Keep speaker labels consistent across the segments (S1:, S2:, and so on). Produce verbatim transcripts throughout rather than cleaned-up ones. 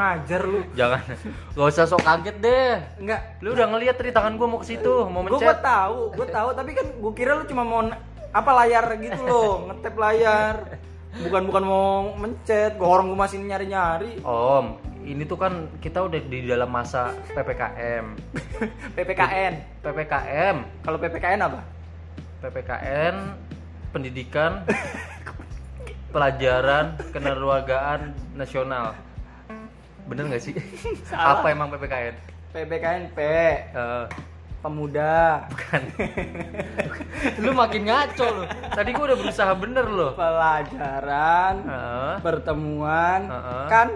S1: ajar lu.
S2: Jangan. Gak usah sok kaget deh.
S1: Enggak.
S2: Lu udah ngeliat tadi tangan gua mau ke situ, mau
S1: Gue
S2: mencet.
S1: gua tahu, gue tahu tapi kan gue kira lu cuma mau apa layar gitu loh, ngetep layar. Bukan bukan mau mencet, gue orang gue masih nyari-nyari.
S2: Om, ini tuh kan kita udah di dalam masa P P K M.
S1: P P K N.
S2: P P K M.
S1: Kalau P P K N apa?
S2: P P K N Pendidikan Pelajaran Kenerawagahan Nasional. Bener nggak sih?
S1: Salah.
S2: Apa emang P P K N?
S1: P P K N P.
S2: Uh,
S1: Pemuda.
S2: bukan. Lu makin ngaco lu. Tadi gua udah berusaha bener loh.
S1: Pelajaran.
S2: Uh,
S1: Pertemuan.
S2: Uh-uh.
S1: Kan?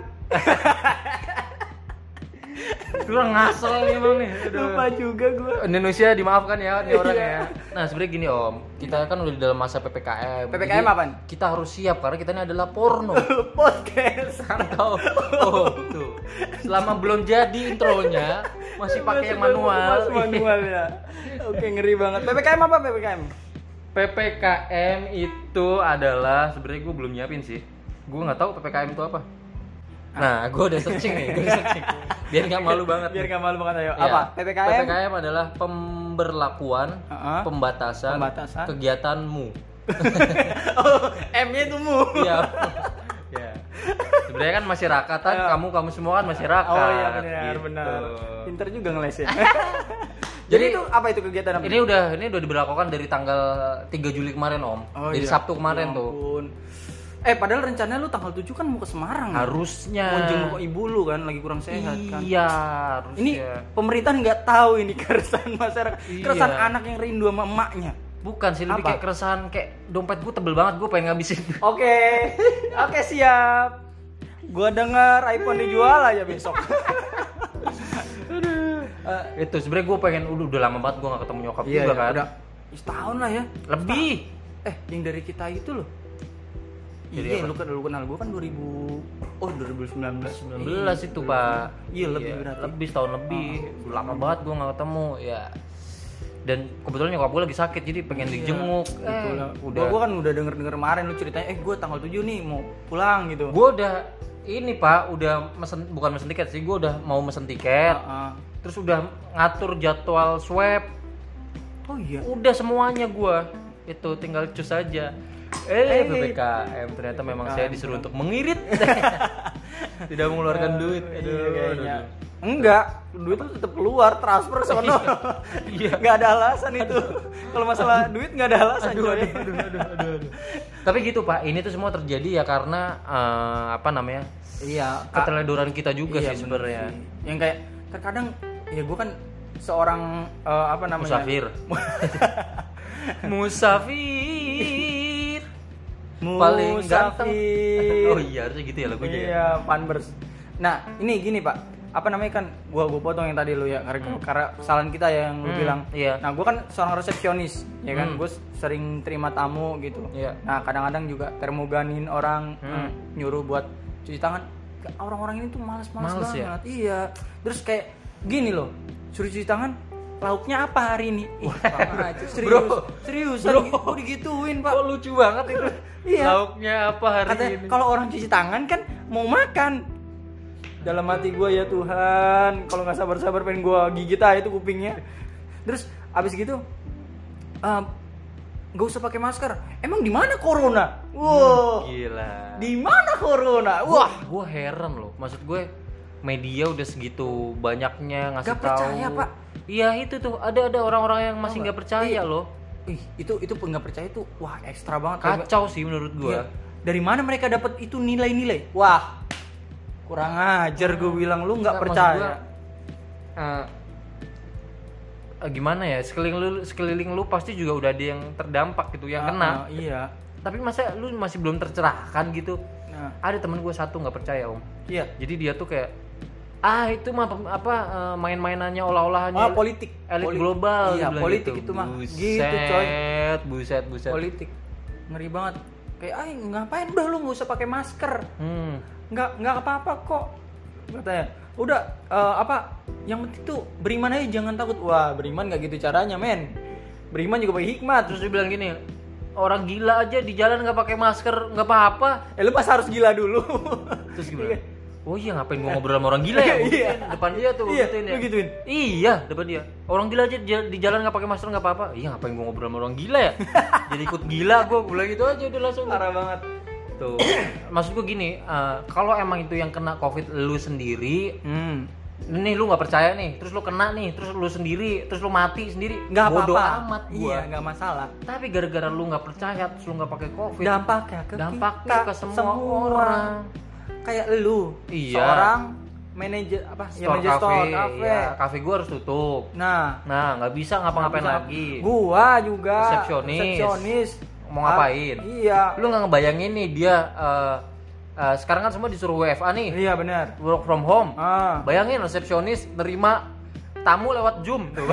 S2: Lu ngasal nih emang nih. Aduh.
S1: Lupa juga gue.
S2: Indonesia dimaafkan ya nih orang
S1: Iya.
S2: ya. Nah sebenarnya gini Om, kita kan udah di dalam masa P P K M.
S1: P P K M
S2: Jadi,
S1: apaan?
S2: Kita harus siap karena kita ini adalah porno.
S1: Podcast.
S2: Tahu? Oh, tuh. Selama belum jadi intronya masih pakai yang manual.
S1: Masih manual ya. Oke, ngeri banget. P P K M apa P P K M?
S2: P P K M itu adalah sebenarnya gue belum nyiapin sih. Gue nggak tahu P P K M itu apa. Nah, gue udah searching nih, gue udah searching. Biar nggak malu banget.
S1: Biar
S2: nih.
S1: nggak malu banget ayo.
S2: Ya,
S1: Apa? P P K M?
S2: P P K M adalah pemberlakuan,
S1: Uh-huh.
S2: pembatasan,
S1: Pembatasan.
S2: kegiatanmu.
S1: Oh, M-nya itu mu.
S2: Iya. Ya. Sebenarnya kan masyarakatan,
S1: Ayo.
S2: kamu kamu semua kan masyarakat.
S1: Oh iya benar,
S2: gitu.
S1: benar. Pinter juga ngeles ya. Jadi,
S2: Jadi
S1: itu apa itu kegiatan apa?
S2: Ini udah ini udah diberlakukan dari tanggal tiga Juli kemarin, Om.
S1: Oh,
S2: Dari
S1: iya.
S2: Sabtu kemarin
S1: Ya
S2: tuh.
S1: ampun. Eh padahal rencananya lu tanggal tujuh kan mau ke Semarang.
S2: Harusnya.
S1: Mau jenguk ibu lu kan lagi kurang sehat kan.
S2: Iya, harusnya.
S1: Ini pemerintah nggak tahu ini keresahan masyarakat,
S2: Iya.
S1: keresahan anak yang rindu sama emaknya.
S2: Bukan sih, lebih
S1: Apa?
S2: kayak keresahan kayak dompet gue tebel banget, gue pengen ngabisin.
S1: Oke, oke siap. Gua dengar iPhone dijual aja besok.
S2: Uh, itu sebenarnya gue pengen udah udah lama banget gue gak ketemu nyokap
S1: Iya,
S2: juga
S1: iya,
S2: kan.
S1: udah setahun lah ya.
S2: Lebih.
S1: Eh, yang dari kita itu loh.
S2: Jadi
S1: Iya,
S2: apa?
S1: lu kan lu kenal gua kan dua ribu oh dua ribu sembilan belas.
S2: sembilan belas itu Pak.
S1: Iya, lebih berarti.
S2: Lebih setahun lebih. Udah lama banget gue gak ketemu ya. Dan kebetulan nyokap gue lagi sakit jadi pengen
S1: Iya,
S2: dijenguk.
S1: Betul.
S2: Eh,
S1: Udah.
S2: udah.
S1: Gua kan udah denger-denger kemarin lu ceritanya, eh gua tanggal tujuh nih mau pulang gitu.
S2: Gue udah ini Pak, udah mesen bukan mesen tiket sih, gue udah mau mesen tiket.
S1: Heeh.
S2: Terus udah ngatur jadwal swab.
S1: Oh iya.
S2: Udah semuanya gua. Itu tinggal cus aja. Eh, P P K M ternyata memang saya disuruh untuk mengirit. Tidak mengeluarkan duit.
S1: Iya,
S2: Aduh,
S1: kayaknya.
S2: aduh.
S1: Enggak, duit tuh tetap keluar, transfer sono.
S2: Iya.
S1: Enggak ada alasan itu. Kalau masalah duit enggak ada alasan,
S2: Aduh,
S1: coy.
S2: aduh, aduh, aduh, aduh, aduh. Tapi gitu Pak, ini tuh semua terjadi ya karena eh, apa namanya?
S1: Iya, Kak.
S2: Keteledoran kita juga
S1: Iya,
S2: sih
S1: bener
S2: sebenarnya.
S1: sih. Yang kayak terkadang ya gue kan seorang eh, apa namanya?
S2: Musafir. Musafir. Paling ganteng.
S1: Musafir.
S2: Oh iya, harusnya gitu ya lagunya. ya?
S1: Iya, Panbers. Nah, ini gini Pak, apa namanya kan gua gua potong yang tadi lu ya karena,
S2: Hmm.
S1: karena kesalahan kita yang lu
S2: Hmm,
S1: bilang.
S2: iya.
S1: Nah, gua kan seorang resepsionis, ya kan,
S2: Hmm.
S1: gue sering terima tamu gitu.
S2: Iya.
S1: Nah, kadang-kadang juga termoganin orang
S2: Hmm.
S1: eh, nyuruh buat cuci tangan. Orang-orang ini tuh malas-malas
S2: Males ya?
S1: banget. Iya. Terus kayak gini loh, suruh cuci tangan, lauknya apa hari ini? Ih, Bang, aja, serius,
S2: Bro.
S1: serius,
S2: Bro.
S1: gue digituin Pak.
S2: Kok lucu banget itu.
S1: Iya.
S2: Lauknya apa hari
S1: Katanya
S2: ini?
S1: kalau orang cuci tangan kan mau makan. Dalam hati gue ya Tuhan, kalau nggak sabar-sabar pengen gue gigit aja itu kupingnya. Terus abis gitu, ehm, nggak usah pakai masker. Emang di mana corona? Wow,
S2: Gila.
S1: di mana corona? Wah,
S2: Wah, gue heran loh. Maksud gue media udah segitu banyaknya ngasih
S1: Gak
S2: tahu.
S1: percaya, Pak.
S2: Iya itu tuh ada ada orang-orang yang masih
S1: Tahu
S2: nggak
S1: nggak?
S2: percaya
S1: Ih.
S2: loh.
S1: ih itu itu pun nggak percaya itu, wah ekstra banget.
S2: Kacau sih menurut gue.
S1: Iya. Dari mana mereka dapat itu nilai-nilai? Wah, kurang ajar gue bilang, lu nggak
S2: Nggak, maksud
S1: percaya.
S2: gua, eh, eh, gimana ya, sekeliling lu sekeliling lu pasti juga udah ada yang terdampak gitu, yang
S1: Ah,
S2: kena.
S1: ah, iya.
S2: Tapi masa lu masih belum tercerahkan gitu?
S1: Nah,
S2: Ada temen gue satu nggak percaya Om.
S1: iya.
S2: Jadi dia tuh kayak ah itu mah pem- apa eh, main-mainannya olah-olahannya
S1: Ah, politik.
S2: elit
S1: Poli-
S2: global.
S1: Iya,
S2: dia bilang
S1: politik
S2: gitu.
S1: itu mah.
S2: Buset,
S1: Gitu, coy.
S2: buset, buset.
S1: Politik. Ngeri banget. Kayak, "Ay, ngapain udah lu nggak usah pakai masker.
S2: Hmm.
S1: Nggak nggak apa-apa kok." Katanya. Udah eh, apa? Yang penting tuh beriman aja jangan takut. Wah, beriman nggak gitu caranya, men. Beriman juga pakai hikmat.
S2: Terus dia bilang gini, orang gila aja di jalan nggak pakai masker nggak apa-apa.
S1: Eh lu pas harus gila dulu.
S2: Terus gimana? Oh iya, ngapain gua ngobrol sama orang gila ya? Gua
S1: Iya.
S2: gituin, depan dia tuh gua
S1: Iya,
S2: gituin ya.
S1: lu gituin?
S2: Iya, depan dia. Orang gila aja di di jalan nggak pakai masker nggak apa-apa. Iya, ngapain gua ngobrol sama orang gila ya? Jadi ikut gila gua, gua bilang gitu aja udah langsung.
S1: Parah banget.
S2: Tuh. Maksud gua gini, uh, kalau emang itu yang kena Covid lu sendiri,
S1: Hmm.
S2: nih lu nggak percaya nih, terus lu kena nih, terus lu sendiri, terus lu mati sendiri,
S1: Nggak
S2: bodo
S1: apa-apa.
S2: amat gua.
S1: Iya, nggak masalah.
S2: Tapi gara-gara lu nggak percaya, terus lu nggak pakai Covid,
S1: Dampaknya ke
S2: dampaknya
S1: kita
S2: ke semua, orang.
S1: Kayak lu,
S2: Iya.
S1: seorang manajer apa? Ya,
S2: Store
S1: manajer
S2: cafe,
S1: store cafe.
S2: ya, cafe gua harus tutup.
S1: Nah,
S2: Nah, nggak bisa ngapa-ngapain
S1: bisa.
S2: lagi.
S1: Gua juga
S2: Resepsionis.
S1: resepsionis.
S2: Mau ngapain?
S1: Ah, iya.
S2: Lu nggak ngebayangin nih dia uh, uh, sekarang kan semua disuruh W F A nih,
S1: Iya benar.
S2: work from home.
S1: Ah.
S2: Bayangin resepsionis nerima tamu lewat Zoom tuh.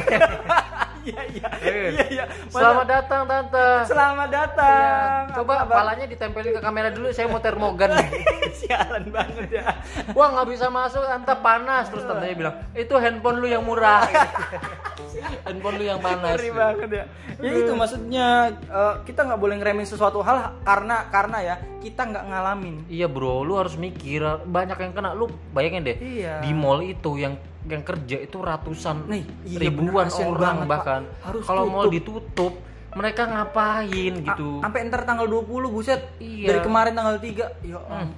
S1: Iya iya.
S2: Eh,
S1: Iya iya.
S2: Selamat datang tante.
S1: Selamat datang.
S2: Iya. Coba
S1: Apa kabar?
S2: palanya ditempelin ke kamera dulu, saya mau termogan nih.
S1: Sialan banget ya.
S2: Wah nggak bisa masuk, tante panas. Terus tantenya bilang, itu handphone lu yang murah. Handphone lu yang panas.
S1: Ngeri banget ya. Ya itu maksudnya eh, kita nggak boleh ngeremehin sesuatu hal karena karena ya kita nggak ngalamin.
S2: Iya bro, lu harus mikir, banyak yang kena. Lu bayangin deh,
S1: Iya.
S2: di mall itu yang yang kerja itu ratusan,
S1: Nih, iya
S2: ribuan
S1: bener, kasihan
S2: orang
S1: banget, Pak.
S2: bahkan.
S1: Harus
S2: Kalau mall
S1: tutup.
S2: ditutup, mereka ngapain gitu?
S1: A- Sampai ntar tanggal dua puluh buset.
S2: Iya.
S1: Dari kemarin tanggal tiga. Ya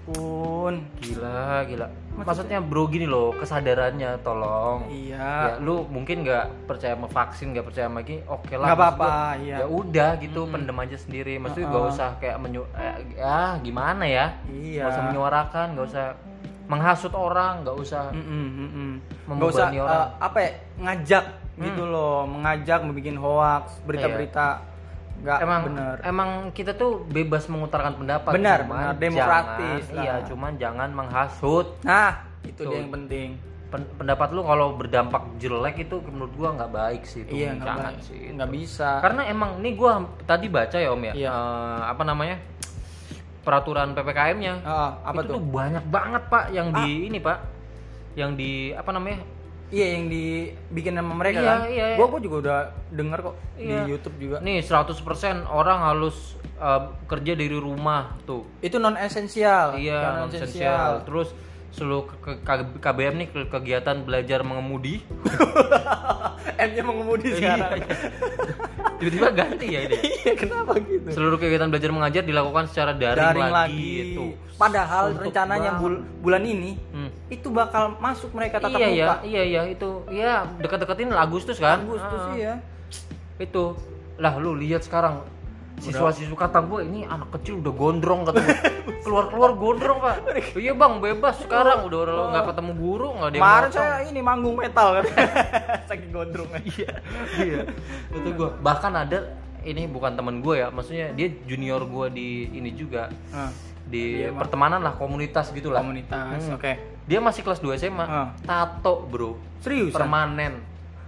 S1: ampun.
S2: Gila, gila. Maksudnya bro gini loh, kesadarannya tolong.
S1: Iya.
S2: Ya lu mungkin nggak percaya sama vaksin, nggak percaya sama gini, oke lah.
S1: Nggak
S2: maksud
S1: apa-apa,
S2: gua,
S1: iya.
S2: Ya udah gitu, pendem aja sendiri. Maksudnya nggak
S1: Uh-uh.
S2: usah kayak menyu, eh, ya gimana ya?
S1: Iya.
S2: Nggak usah menyuarakan, nggak usah menghasut orang, nggak usah.
S1: Mm-mm, mm-mm. Nggak
S2: Membebani
S1: usah
S2: orang.
S1: eh, apa ya ngajak gitu loh, mengajak membuat hoax, berita-berita nggak
S2: emang
S1: bener.
S2: emang kita tuh bebas mengutarakan pendapat.
S1: Benar,
S2: cuman
S1: benar, demokratis
S2: jangan-
S1: lah.
S2: Iya, cuman jangan menghasut.
S1: Nah, itu
S2: Tuh.
S1: dia yang penting.
S2: Pen- pendapat lu kalau berdampak jelek itu menurut gua nggak baik sih itu.
S1: Iya, nggak
S2: jangan
S1: baik.
S2: sih.
S1: Nggak bisa.
S2: Karena emang nih gua tadi baca ya Om ya,
S1: Iya.
S2: eh, apa namanya? Peraturan P P K M-nya.
S1: Ah, apa
S2: itu
S1: tuh?
S2: tuh banyak banget Pak yang di ini Pak. Yang di apa namanya?
S1: Iya yang dibikin sama mereka
S2: Iya,
S1: kan.
S2: iya, iya.
S1: Gua gua juga udah denger kok
S2: Iya.
S1: di YouTube juga.
S2: Nih seratus persen orang harus eh, kerja dari rumah tuh.
S1: Itu non esensial.
S2: Iya, non esensial. Terus seluruh ke, ke, K B M nih ke- kegiatan belajar mengemudi.
S1: M-nya mengemudi sekarang.
S2: Iya. Tiba-tiba ganti ya ini.
S1: Iya, kenapa gitu?
S2: Seluruh kegiatan belajar mengajar dilakukan secara daring,
S1: Daring
S2: lagi,
S1: lagi.
S2: itu.
S1: Padahal
S2: Untuk
S1: rencananya
S2: banget.
S1: bul- bulan ini
S2: Hmm.
S1: itu bakal masuk mereka tatap
S2: Iya ya,
S1: muka.
S2: iya ya itu. Iya, dekat-deketin Agustus kan?
S1: Agustus
S2: Ah,
S1: iya.
S2: Itu. Lah lu lihat sekarang siswa-siswa kata gue ini anak kecil udah gondrong katanya. Keluar-keluar gondrong, Pak. Iya, Bang, bebas sekarang udah udah nggak ketemu guru, nggak ada yang
S1: Kemarin
S2: motong.
S1: saya ini manggung metal kan. Saking gondrong
S2: Iya. Iya. Itu gue. Bahkan ada ini bukan temen gue ya, maksudnya dia junior gue di ini juga.
S1: Nah,
S2: Di
S1: Iya, Bang.
S2: pertemanan lah, komunitas gitu lah.
S1: komunitas.
S2: Hmm.
S1: Oke.
S2: Dia masih kelas dua S M A.
S1: Ah.
S2: Tato, Bro.
S1: Serius?
S2: Permanen.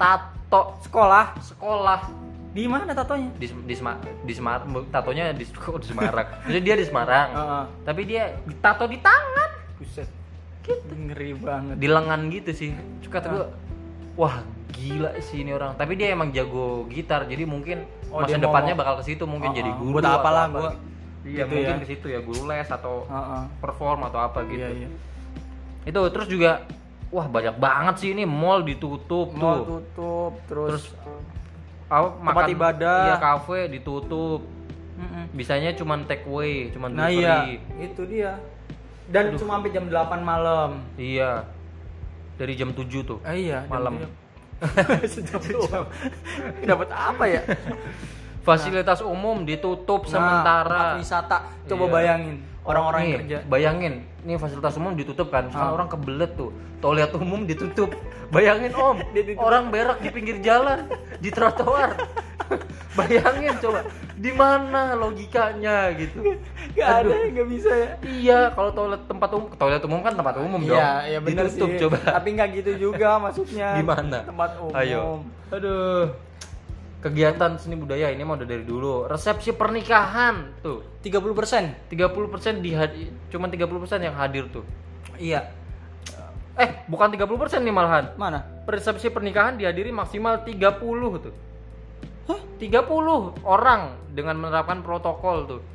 S2: Tato
S1: Sekolah
S2: sekolah
S1: di mana tatonya?
S2: di di Sema, di Semarang, tatonya di, kok di Semarang. Jadi dia di Semarang.
S1: Heeh.
S2: Tapi dia tato di tangan,
S1: Buset. Gitu. Ngeri banget.
S2: di lengan gitu sih. Kata
S1: Ah.
S2: gua, wah gila sih ini orang. Tapi dia emang jago gitar, jadi mungkin
S1: Oh,
S2: masa
S1: dia
S2: depannya
S1: mau-
S2: bakal ke situ mungkin
S1: Oh,
S2: jadi
S1: oh.
S2: guru.
S1: Buat
S2: atau
S1: apalah
S2: apa
S1: gua.
S2: gitu. Iya,
S1: Gitu
S2: mungkin
S1: ya.
S2: ke situ ya, guru les atau
S1: Heeh.
S2: perform atau apa gitu.
S1: Iya, iya.
S2: Itu terus juga wah banyak banget sih ini mall ditutup
S1: Mau
S2: tuh.
S1: tutup terus,
S2: Terus apa
S1: tempat ibadah.
S2: Iya, kafe ditutup.
S1: Mm-mm.
S2: Bisanya cuman take away, cuman
S1: Nah
S2: delivery.
S1: iya, itu dia. Dan cuma sampai jam delapan malam.
S2: Iya. Dari jam tujuh tuh.
S1: Ah, iya, jam
S2: Malam.
S1: tujuh. Sejam doang. Dapat apa ya?
S2: Fasilitas umum ditutup
S1: Nah,
S2: sementara.
S1: tempat wisata. Coba
S2: Iya.
S1: bayangin orang-orang yang
S2: Nih,
S1: kerja.
S2: Bayangin, nih fasilitas umum ditutup kan. Sekarang
S1: Ah.
S2: orang kebelet tuh. Toilet umum ditutup. Bayangin Om,
S1: Ditutup.
S2: orang berak di pinggir jalan, di trotoar. Bayangin coba, di mana logikanya gitu.
S1: Gak ada
S2: Aduh.
S1: yang gak bisa ya.
S2: Iya, kalau toilet tempat umum, toilet umum kan tempat umum dong.
S1: Iya, iya benar sih.
S2: Ditutup coba.
S1: Tapi nggak gitu juga maksudnya.
S2: Gimana?
S1: Tempat umum.
S2: Ayo. Aduh. Kegiatan seni budaya ini mah udah dari dulu. Resepsi pernikahan tuh
S1: tiga puluh persen.
S2: tiga puluh persen di cuman tiga puluh persen yang hadir tuh.
S1: Iya.
S2: Eh, bukan tiga puluh persen nih malahan.
S1: Mana?
S2: Resepsi pernikahan dihadiri maksimal tiga puluh tuh.
S1: Hah?
S2: tiga puluh orang dengan menerapkan protokol tuh.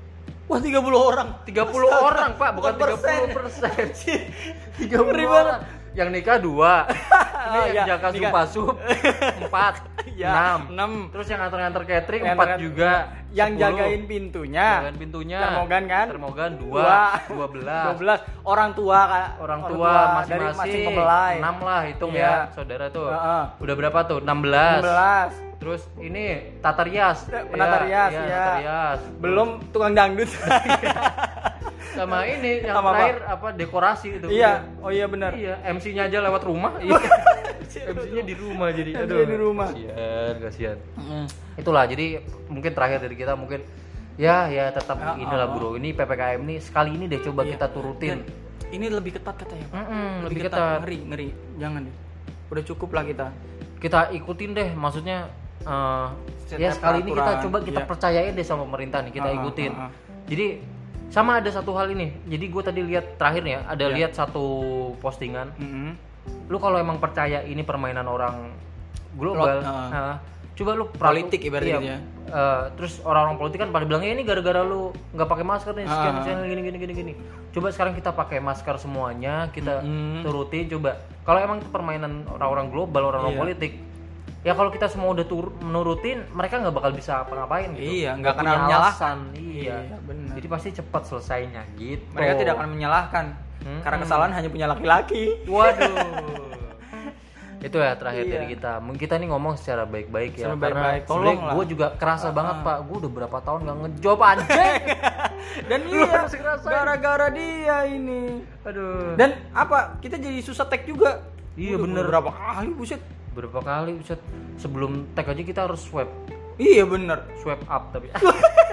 S1: Wah, tiga puluh orang.
S2: tiga puluh orang, Pak, bukan
S1: Bukan
S2: tiga puluh persen. tiga puluh
S1: Ngeri
S2: orang. Yang nikah dua. Ini
S1: Oh,
S2: yang
S1: iya,
S2: jaga
S1: nikah.
S2: supasup empat.
S1: Ya,
S2: enam.
S1: enam.
S2: Terus yang nganter-nganter catering
S1: Yang
S2: empat
S1: nganter-
S2: juga.
S1: Yang
S2: sepuluh.
S1: jagain pintunya.
S2: Jagain pintunya.
S1: Termogan kan?
S2: Termogan
S1: Dua.
S2: dua. dua belas.
S1: dua belas. Orang tua, Kak.
S2: Orang tua
S1: dari masing
S2: masing-masing
S1: kebelai.
S2: enam lah hitung
S1: Iya.
S2: ya, saudara tuh.
S1: Heeh.
S2: Udah berapa tuh? enam belas.
S1: enam belas.
S2: Terus ini tata rias.
S1: Penata rias,
S2: Iya,
S1: ya.
S2: tata rias.
S1: Belum tukang dangdut.
S2: Sama ini yang
S1: Sama apa?
S2: terakhir apa? Dekorasi itu.
S1: Iya, oh iya benar.
S2: Iya, M C-nya aja lewat rumah. Iya. M C-nya di rumah jadi.
S1: M C
S2: Aduh.
S1: di rumah.
S2: Kasihan, kasihan.
S1: Mm.
S2: Itulah, jadi mungkin terakhir dari kita mungkin ya ya tetap
S1: Ya,
S2: inilah
S1: oh.
S2: bro, ini P P K M ini sekali ini deh coba
S1: Iya.
S2: kita turutin.
S1: Dan ini lebih ketat katanya. Pak.
S2: Mm-mm, lebih ketat.
S1: Ngeri, ngeri. Jangan deh. Udah cukup lah kita.
S2: Kita ikutin deh, maksudnya eh,
S1: Setiap
S2: ya sekali ini kita
S1: peraturan,
S2: coba kita
S1: iya.
S2: percayain deh sama pemerintah nih, kita
S1: Ah, ah,
S2: ikutin.
S1: ah, ah.
S2: Jadi sama ada satu hal ini, jadi gue tadi lihat terakhir ya, ada
S1: Iya.
S2: lihat satu postingan.
S1: Mm-hmm.
S2: Lu kalau emang percaya ini permainan orang global,
S1: Lot, uh.
S2: nah, coba lu
S1: Politik ibaratnya gitu ya.
S2: eh, terus orang-orang politik kan pada bilangnya ini gara-gara lu nggak pakai masker nih, sekian
S1: Ah.
S2: sekian gini gini gini gini. Coba sekarang kita pakai masker semuanya, kita
S1: Mm-mm.
S2: turutin coba. Kalau emang itu permainan orang-orang global, orang-orang
S1: Iya.
S2: politik, ya kalau kita semua udah tur- menurutin, mereka nggak bakal bisa apa-ngapain gitu.
S1: Iya, nggak akan
S2: punya
S1: menyalahkan.
S2: alasan. Iya,
S1: Iya, benar.
S2: jadi pasti cepat selesainya gitu.
S1: Mereka tidak akan menyalahkan.
S2: Hmm.
S1: Karena kesalahan hanya punya laki-laki.
S2: Waduh. Itu ya terakhir
S1: Iya.
S2: dari kita. Mungkin kita nih ngomong secara baik-baik ya.
S1: Secara
S2: Karena
S1: baik-baik,
S2: tolong
S1: tolong lah.
S2: gue juga kerasa
S1: Ah,
S2: banget
S1: ah.
S2: Pak. Gue udah berapa tahun gak ngejob anjing.
S1: Dan
S2: Lu
S1: iya,
S2: harus ngerasain.
S1: gara-gara dia ini.
S2: Aduh.
S1: Dan apa? Kita jadi susah tag juga.
S2: Iya,
S1: Udah
S2: bener.
S1: Berapa kali buset?
S2: Berapa kali buset, sebelum tag aja kita harus swipe
S1: Iya bener.
S2: swipe up tapi